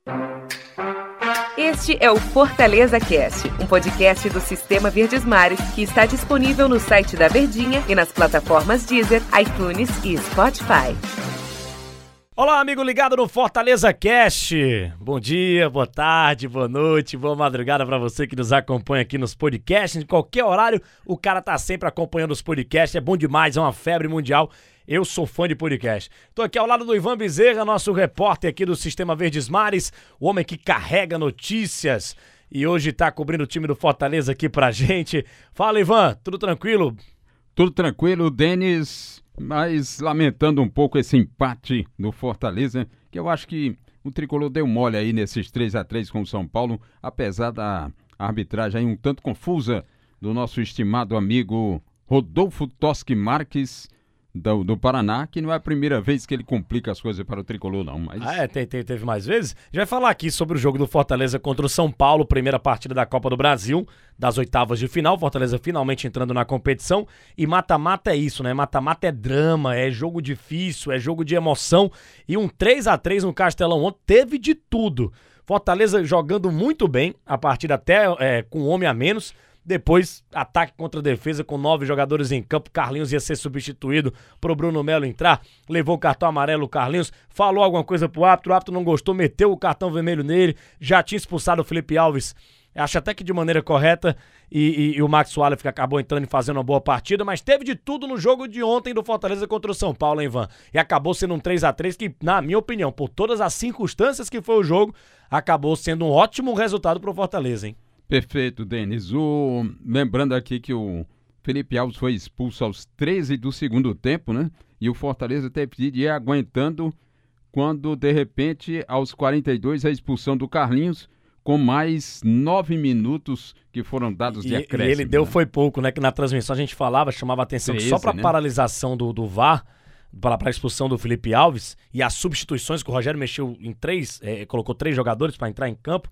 Este é o Fortaleza Cast, um podcast do Sistema Verdes Mares que está disponível no site da Verdinha e nas plataformas Deezer, iTunes e Spotify. Olá, amigo ligado no Fortaleza Cast. Bom dia, boa tarde, boa noite, boa madrugada para você que nos acompanha aqui nos podcasts. Em qualquer horário, o cara tá sempre acompanhando os podcasts. É bom demais, é uma febre mundial. Eu sou fã de podcast. Tô aqui ao lado do Ivan Bezerra, nosso repórter aqui do Sistema Verdes Mares, o homem que carrega notícias e hoje tá cobrindo o time do Fortaleza aqui pra gente. Fala, Ivan, tudo tranquilo? Tudo tranquilo, Denis, mas lamentando um pouco esse empate do Fortaleza, que eu acho que o Tricolor deu mole aí nesses 3-3 com o São Paulo, apesar da arbitragem aí um tanto confusa do nosso estimado amigo Rodolfo Toschi Marques, do Paraná, que não é a primeira vez que ele complica as coisas para o Tricolor, não. Mas... teve mais vezes? A gente vai falar aqui sobre o jogo do Fortaleza contra o São Paulo, primeira partida da Copa do Brasil, das oitavas de final, Fortaleza finalmente entrando na competição, e mata-mata é isso, né? Mata-mata é drama, é jogo difícil, é jogo de emoção, e um 3-3 no Castelão ontem teve de tudo. Fortaleza jogando muito bem, a partida até com um homem a menos. Depois, ataque contra defesa com 9 jogadores em campo. Carlinhos ia ser substituído pro Bruno Melo entrar. Levou o cartão amarelo o Carlinhos. Falou alguma coisa pro árbitro. O árbitro não gostou, meteu o cartão vermelho nele. Já tinha expulsado o Felipe Alves. Acho até que de maneira correta. E o Max Wallace acabou entrando e fazendo uma boa partida. Mas teve de tudo no jogo de ontem do Fortaleza contra o São Paulo, hein, Ivan? E acabou sendo um 3-3 que, na minha opinião, por todas as circunstâncias que foi o jogo, acabou sendo um ótimo resultado pro Fortaleza, hein? Perfeito, Denis. Lembrando aqui que o Felipe Alves foi expulso aos 13 do segundo tempo, né? E o Fortaleza teve de ir aguentando quando, de repente, aos 42, a expulsão do Carlinhos, com mais 9 minutos que foram dados de acréscimo. E ele deu, né? Foi pouco, né? Que na transmissão a gente falava, chamava atenção que só para paralisação do VAR, para a expulsão do Felipe Alves e as substituições que o Rogério mexeu em 3, colocou 3 jogadores para entrar em campo,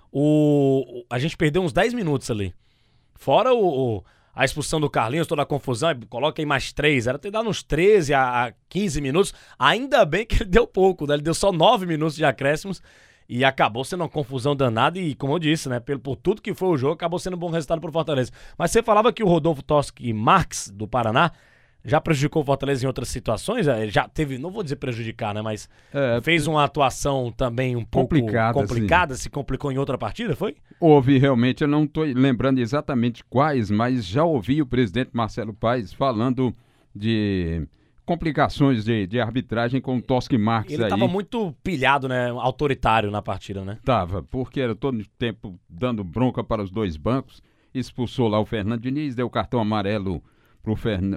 a gente perdeu uns 10 minutos ali. Fora a expulsão do Carlinhos, toda a confusão, coloca aí mais 3, era ter dado uns 13 a 15 minutos. Ainda bem que ele deu pouco, né? Ele deu só 9 minutos de acréscimos e acabou sendo uma confusão danada e, como eu disse, né? Por tudo que foi o jogo, acabou sendo um bom resultado pro Fortaleza. Mas você falava que o Rodolfo Toschi Marques, do Paraná, já prejudicou o Fortaleza em outras situações? Já teve, não vou dizer prejudicar, né? Mas fez uma atuação também um pouco complicada, se complicou em outra partida, foi? Houve realmente, eu não estou lembrando exatamente quais, mas já ouvi o presidente Marcelo Paes falando de complicações de arbitragem com o Toschi Marques. Ele estava muito pilhado, né? Autoritário na partida, né? Tava, porque era todo o tempo dando bronca para os dois bancos, expulsou lá o Fernando Diniz, deu cartão amarelo pro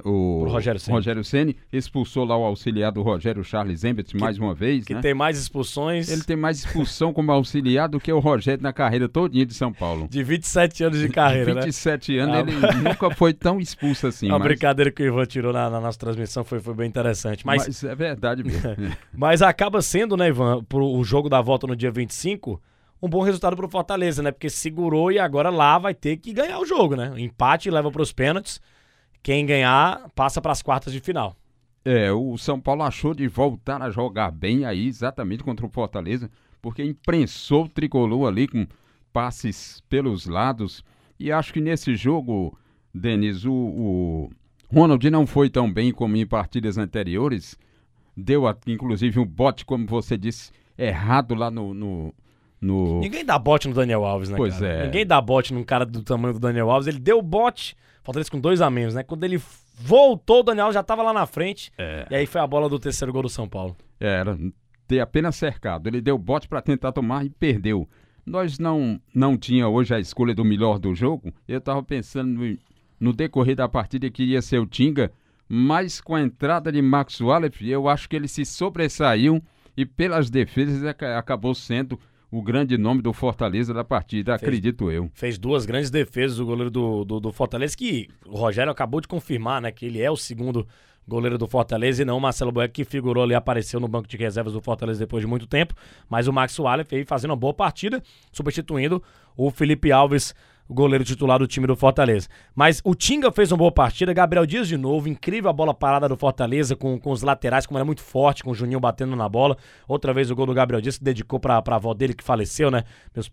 Rogério Ceni, expulsou lá o auxiliar do Rogério, Charles Embert, mais uma vez. Que né? Tem mais expulsões. Ele tem mais expulsão como auxiliar do que o Rogério na carreira todinha de São Paulo. De 27 anos de carreira, de 27 anos, ele nunca foi tão expulso assim. A brincadeira que o Ivan tirou na nossa transmissão foi bem interessante. Mas é verdade mesmo. Mas acaba sendo, né, Ivan, pro jogo da volta no dia 25, um bom resultado pro Fortaleza, né? Porque segurou e agora lá vai ter que ganhar o jogo, né? O empate leva pros pênaltis. Quem ganhar, passa para as quartas de final. O São Paulo achou de voltar a jogar bem aí, exatamente contra o Fortaleza, porque imprensou o Tricolor ali com passes pelos lados. E acho que nesse jogo, Denis, o Ronald não foi tão bem como em partidas anteriores. Deu, inclusive, um bote, como você disse, errado lá no... Ninguém dá bote no Daniel Alves, né, pois cara? Ninguém dá bote num cara do tamanho do Daniel Alves. Ele deu bote... Fortaleza com 2 a menos, né? Quando ele voltou, o Daniel já estava lá na frente. E aí foi a bola do terceiro gol do São Paulo. Era ter apenas cercado. Ele deu bote para tentar tomar e perdeu. Nós não tinha hoje a escolha do melhor do jogo. Eu estava pensando no decorrer da partida que iria ser o Tinga, mas com a entrada de Max Wallace, eu acho que ele se sobressaiu e pelas defesas acabou sendo o grande nome do Fortaleza da partida, acredito eu. Fez 2 grandes defesas o goleiro do Fortaleza, que o Rogério acabou de confirmar, né, que ele é o segundo goleiro do Fortaleza e não o Marcelo Boeck, que figurou ali, apareceu no banco de reservas do Fortaleza depois de muito tempo, mas o Max Wallace veio fazendo uma boa partida, substituindo o Felipe Alves o goleiro titular do time do Fortaleza. Mas o Tinga fez uma boa partida, Gabriel Dias de novo, incrível a bola parada do Fortaleza com os laterais, como era muito forte, com o Juninho batendo na bola. Outra vez o gol do Gabriel Dias, se dedicou pra avó dele que faleceu, né?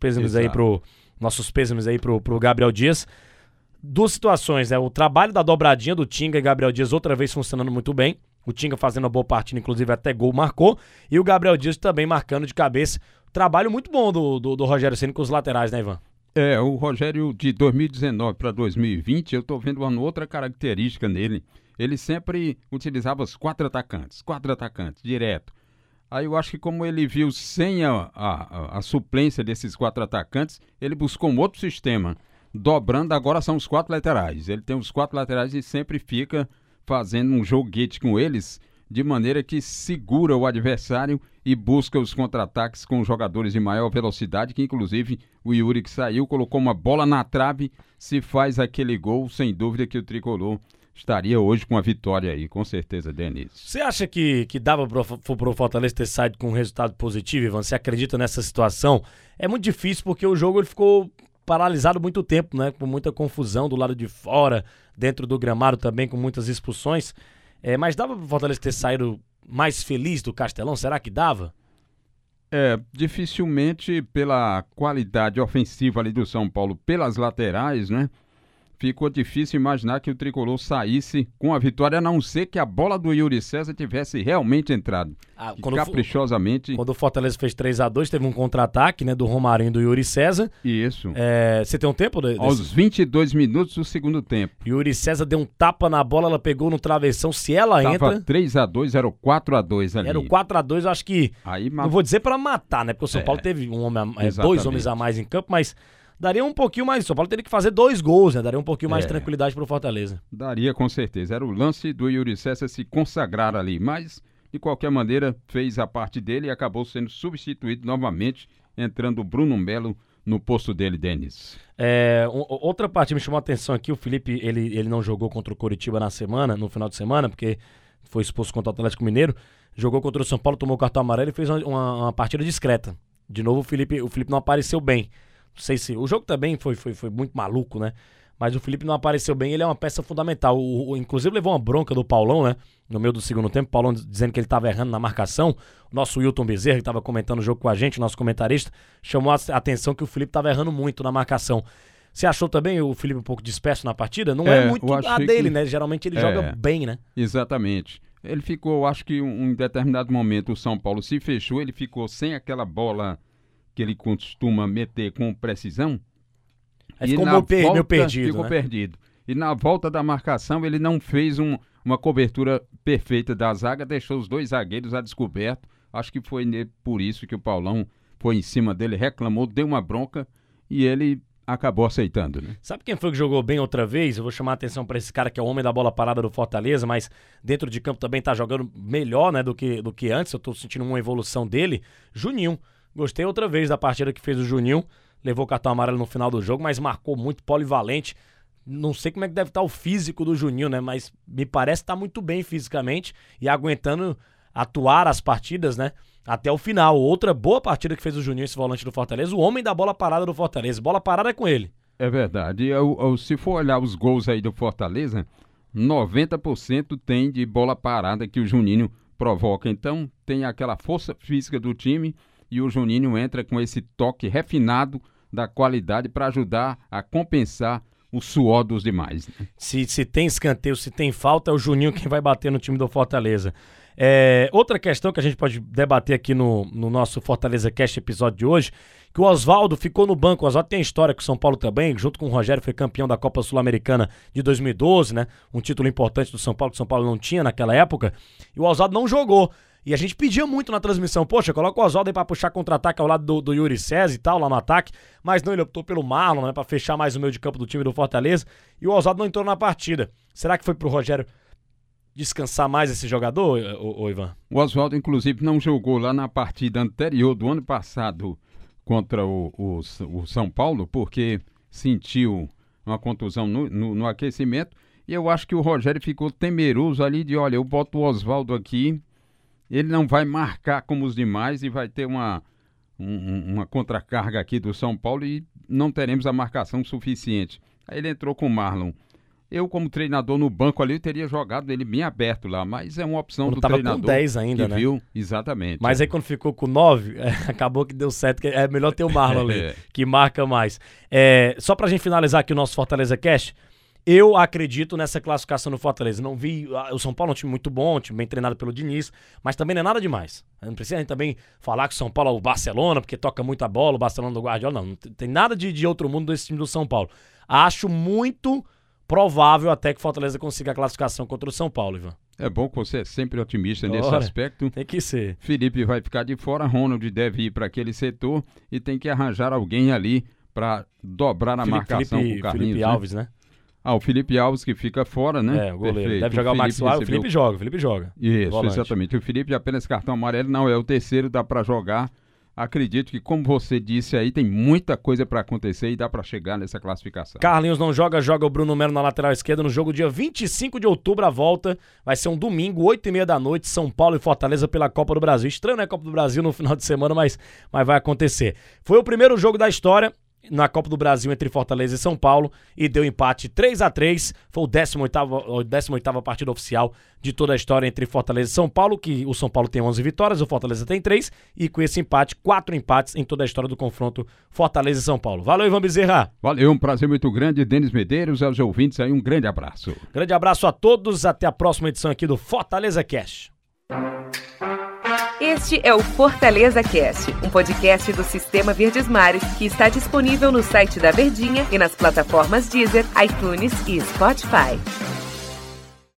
Nossos pêsames aí pro Gabriel Dias. Duas situações, né? O trabalho da dobradinha do Tinga e Gabriel Dias outra vez funcionando muito bem. O Tinga fazendo uma boa partida, inclusive até gol marcou. E o Gabriel Dias também marcando de cabeça. Trabalho muito bom do Rogério Ceni com os laterais, né, Ivan? O Rogério de 2019 para 2020, eu tô vendo uma outra característica nele. Ele sempre utilizava os quatro atacantes, direto. Aí eu acho que como ele viu sem a suplência desses quatro atacantes, ele buscou um outro sistema. Dobrando, agora são os quatro laterais. Ele tem os quatro laterais e sempre fica fazendo um joguete com eles, de maneira que segura o adversário e busca os contra-ataques com jogadores de maior velocidade, que inclusive o Yuri que saiu, colocou uma bola na trave, se faz aquele gol, sem dúvida que o Tricolor estaria hoje com a vitória aí, com certeza, Denis. Você acha que dava pro Fortaleza ter saído com um resultado positivo, Ivan? Você acredita nessa situação? É muito difícil porque o jogo ele ficou paralisado muito tempo, né? Com muita confusão do lado de fora, dentro do gramado também, com muitas expulsões. Mas dava pro Fortaleza ter saído mais feliz do Castelão? Será que dava? Dificilmente pela qualidade ofensiva ali do São Paulo, pelas laterais, né? Ficou difícil imaginar que o Tricolor saísse com a vitória, a não ser que a bola do Yuri César tivesse realmente entrado. Caprichosamente. Quando o Fortaleza fez 3-2, teve um contra-ataque, né, do Romarinho e do Yuri César. Isso. Você tem um tempo? Aos 22 minutos do segundo tempo. Yuri César deu um tapa na bola, ela pegou no travessão. Se ela entra... 3-2, era o 4-2 ali. Era o 4-2, eu acho que... Não vou dizer pra matar, né? Porque o São Paulo teve dois homens a mais em campo, mas... Daria um pouquinho mais. O São Paulo teria que fazer 2 gols, né? Daria um pouquinho mais de tranquilidade pro Fortaleza. Daria, com certeza. Era o lance do Yuri César se consagrar ali. Mas, de qualquer maneira, fez a parte dele e acabou sendo substituído novamente, entrando o Bruno Melo no posto dele, Denis. Outra parte me chamou a atenção aqui. O Felipe, ele não jogou contra o Coritiba no final de semana, porque foi expulso contra o Atlético Mineiro. Jogou contra o São Paulo, tomou o cartão amarelo e fez uma partida discreta. De novo, o Felipe não apareceu bem. Não sei se... O jogo também foi muito maluco, né? Mas o Felipe não apareceu bem, ele é uma peça fundamental. Inclusive levou uma bronca do Paulão, né? No meio do segundo tempo, o Paulão dizendo que ele estava errando na marcação. O nosso Wilton Bezerra, que estava comentando o jogo com a gente, o nosso comentarista, chamou a atenção que o Felipe estava errando muito na marcação. Você achou também o Felipe um pouco disperso na partida? Não é muito a dele, né? Geralmente ele joga bem, né? Exatamente. Ele ficou, acho que em determinado momento o São Paulo se fechou, ele ficou sem aquela bola que ele costuma meter com precisão. Ficou meio perdido. Ficou perdido. E na volta da marcação ele não fez uma cobertura perfeita da zaga, deixou os 2 zagueiros a descoberto. Acho que foi por isso que o Paulão foi em cima dele, reclamou, deu uma bronca e ele acabou aceitando, né? Sabe quem foi que jogou bem outra vez? Eu vou chamar a atenção para esse cara que é o homem da bola parada do Fortaleza, mas dentro de campo também tá jogando melhor, né, do que antes. Eu tô sentindo uma evolução dele. Juninho. Gostei outra vez da partida que fez o Juninho. Levou o cartão amarelo no final do jogo, mas marcou muito, polivalente. Não sei como é que deve estar o físico do Juninho, né? Mas me parece que tá muito bem fisicamente e aguentando atuar as partidas, né? Até o final. Outra boa partida que fez o Juninho, esse volante do Fortaleza. O homem da bola parada do Fortaleza. Bola parada é com ele. É verdade. Se for olhar os gols aí do Fortaleza, 90% tem de bola parada que o Juninho provoca. Então, tem aquela força física do time... E o Juninho entra com esse toque refinado da qualidade para ajudar a compensar o suor dos demais. Né? Se tem escanteio, se tem falta, é o Juninho quem vai bater no time do Fortaleza. Outra questão que a gente pode debater aqui no nosso Fortaleza Cast episódio de hoje, que o Oswaldo ficou no banco. O Oswaldo tem história com o São Paulo também, junto com o Rogério, foi campeão da Copa Sul-Americana de 2012, né? Um título importante do São Paulo, que o São Paulo não tinha naquela época. E o Oswaldo não jogou. E a gente pedia muito na transmissão, poxa, coloca o Oswaldo aí pra puxar contra-ataque ao lado do Yuri César e tal, lá no ataque, mas não, ele optou pelo Marlon, né, pra fechar mais o meio de campo do time do Fortaleza, e o Oswaldo não entrou na partida. Será que foi pro Rogério descansar mais esse jogador, ô Ivan? O Oswaldo, inclusive, não jogou lá na partida anterior do ano passado contra o São Paulo, porque sentiu uma contusão no aquecimento, e eu acho que o Rogério ficou temeroso ali de, olha, eu boto o Oswaldo aqui, ele não vai marcar como os demais e vai ter uma uma contracarga aqui do São Paulo e não teremos a marcação suficiente. Aí ele entrou com o Marlon. Eu, como treinador no banco ali, eu teria jogado ele bem aberto lá, mas é uma opção do treinador. Tava com 10 ainda, né? Viu? Exatamente. Mas aí quando ficou com 9, acabou que deu certo, que é melhor ter o Marlon ali, que marca mais. Só pra gente finalizar aqui o nosso Fortaleza Cast, eu acredito nessa classificação no Fortaleza. Não vi, o São Paulo é um time muito bom, um time bem treinado pelo Diniz, mas também não é nada demais. Não precisa a gente também falar que o São Paulo é o Barcelona, porque toca muita bola, o Barcelona do Guardiola, não tem nada de outro mundo desse time do São Paulo. Acho muito provável até que o Fortaleza consiga a classificação contra o São Paulo, Ivan. É bom que você é sempre otimista nesse aspecto. Tem que ser. Felipe vai ficar de fora, Ronald deve ir para aquele setor e tem que arranjar alguém ali para dobrar a marcação com o Carlinhos. Felipe Alves, né? O Felipe Alves que fica fora, né? O goleiro. Perfeito. Deve jogar o Maxwell, o Felipe joga. Isso, exatamente. O Felipe apenas cartão amarelo, não é o terceiro, dá para jogar. Acredito que, como você disse aí, tem muita coisa para acontecer e dá para chegar nessa classificação. Carlinhos não joga o Bruno Melo na lateral esquerda no jogo dia 25 de outubro, a volta. Vai ser um domingo, 8h30 da noite, São Paulo e Fortaleza pela Copa do Brasil. Estranho, né, Copa do Brasil no final de semana, mas vai acontecer. Foi o primeiro jogo da história na Copa do Brasil entre Fortaleza e São Paulo e deu empate 3-3, foi o 18ª partida oficial de toda a história entre Fortaleza e São Paulo, que o São Paulo tem 11 vitórias, o Fortaleza tem 3 e com esse empate, 4 empates em toda a história do confronto Fortaleza e São Paulo. Valeu, Ivan Bezerra. Valeu, um prazer muito grande, Denis Medeiros, aos ouvintes aí, um grande abraço. Grande abraço a todos, até a próxima edição aqui do Fortaleza Cast. Este é o Fortaleza Cast, um podcast do Sistema Verdes Mares que está disponível no site da Verdinha e nas plataformas Deezer, iTunes e Spotify.